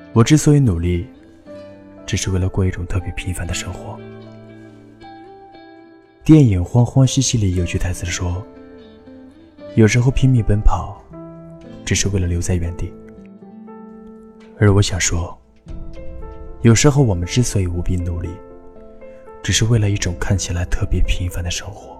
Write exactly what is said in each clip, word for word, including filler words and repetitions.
我之所以努力，只是为了过一种特别平凡的生活。电影《慌慌兮兮》里有句台词说，有时候拼命奔跑只是为了留在原地。而我想说，有时候我们之所以无比努力，只是为了一种看起来特别平凡的生活。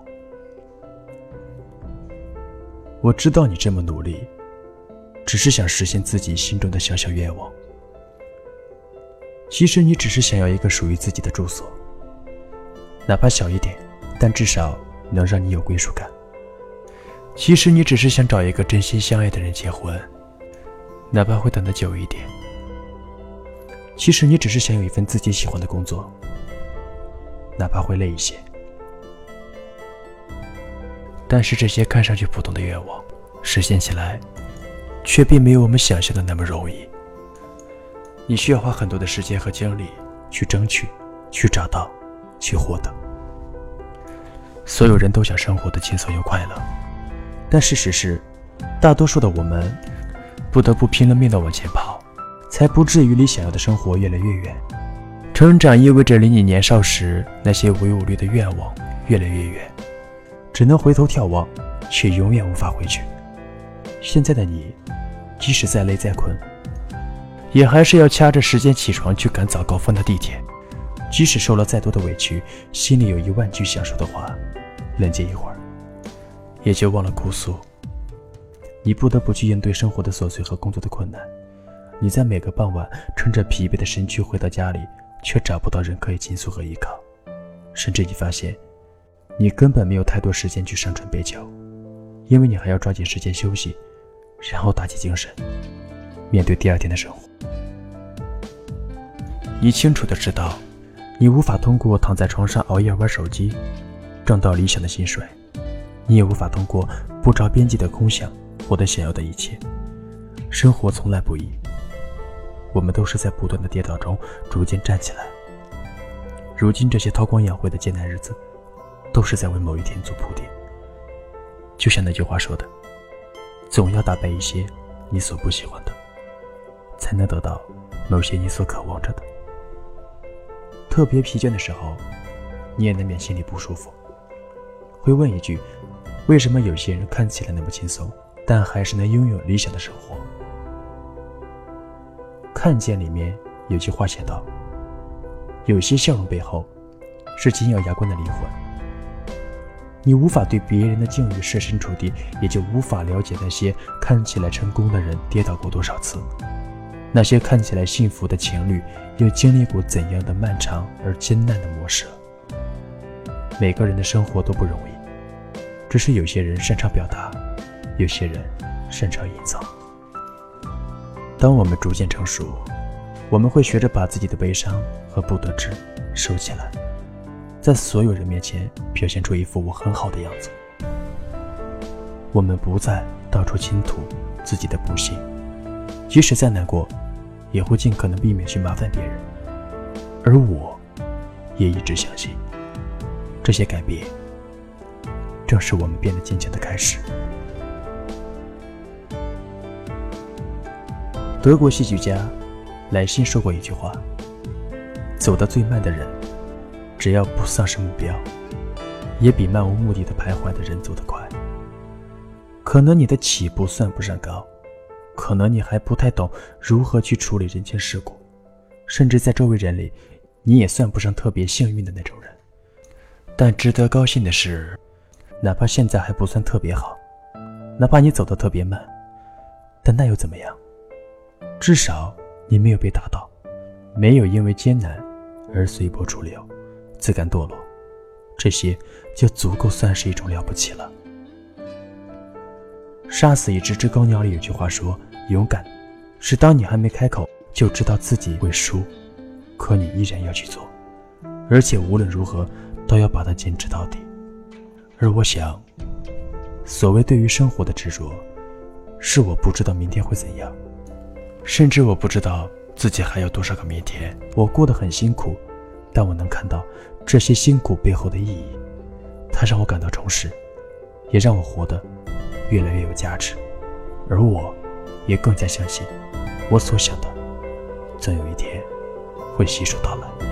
我知道你这么努力，只是想实现自己心中的小小愿望。其实你只是想要一个属于自己的住所，哪怕小一点，但至少能让你有归属感。其实你只是想找一个真心相爱的人结婚，哪怕会等得久一点。其实你只是想有一份自己喜欢的工作，哪怕会累一些。但是这些看上去普通的愿望，实现起来却并没有我们想象的那么容易。你需要花很多的时间和精力去争取，去找到，去获得。所有人都想生活的轻松又快乐，但事实是，大多数的我们不得不拼了命地往前跑，才不至于离想要的生活越来越远。成长意味着离你年少时那些无忧无虑的愿望越来越远，只能回头眺望，却永远无法回去。现在的你，即使再累再困，也还是要掐着时间起床去赶早高峰的地铁。即使受了再多的委屈，心里有一万句想说的话，冷静一会儿，也就忘了哭诉。你不得不去应对生活的琐碎和工作的困难。你在每个傍晚撑着疲惫的身躯回到家里，却找不到人可以倾诉和依靠。甚至你发现，你根本没有太多时间去上床杯酒，因为你还要抓紧时间休息，然后打起精神，面对第二天的生活。你清楚地知道，你无法通过躺在床上熬夜玩手机挣到理想的薪水，你也无法通过不着边际的空想获得想要的一切。生活从来不易，我们都是在不断的跌倒中逐渐站起来。如今这些韬光养晦的艰难日子，都是在为某一天做铺垫。就像那句话说的，总要打败一些你所不喜欢的，才能得到某些你所渴望着的。特别疲倦的时候，你也难免心里不舒服，会问一句，为什么有些人看起来那么轻松，但还是能拥有理想的生活？看见里面有句话写道，有些笑容背后是紧咬牙关的灵魂。你无法对别人的境遇设身处地，也就无法了解那些看起来成功的人跌倒过多少次，那些看起来幸福的情侣又经历过怎样的漫长而艰难的磨舍。每个人的生活都不容易，只是有些人擅长表达，有些人擅长隐藏。当我们逐渐成熟，我们会学着把自己的悲伤和不得志收起来，在所有人面前表现出一副我很好的样子。我们不再到处倾吐自己的不幸，即使再难过，也会尽可能避免去麻烦别人。而我也一直相信，这些改变正是我们变得坚强的开始。德国戏剧家莱辛说过一句话，走得最慢的人，只要不丧失目标，也比漫无目的的徘徊的人走得快。可能你的起步算不上高，可能你还不太懂如何去处理人情世故，甚至在周围人里，你也算不上特别幸运的那种人。但值得高兴的是，哪怕现在还不算特别好，哪怕你走得特别慢，但那又怎么样？至少你没有被打倒，没有因为艰难而随波逐流，自甘堕落，这些就足够算是一种了不起了。杀死一只知更鸟里有句话说，勇敢是当你还没开口就知道自己会输，可你依然要去做，而且无论如何都要把它坚持到底。而我想，所谓对于生活的执着，是我不知道明天会怎样，甚至我不知道自己还有多少个明天。我过得很辛苦，但我能看到这些辛苦背后的意义，它让我感到充实，也让我活得越来越有价值。而我也更加相信，我所想的总有一天会悉数到来。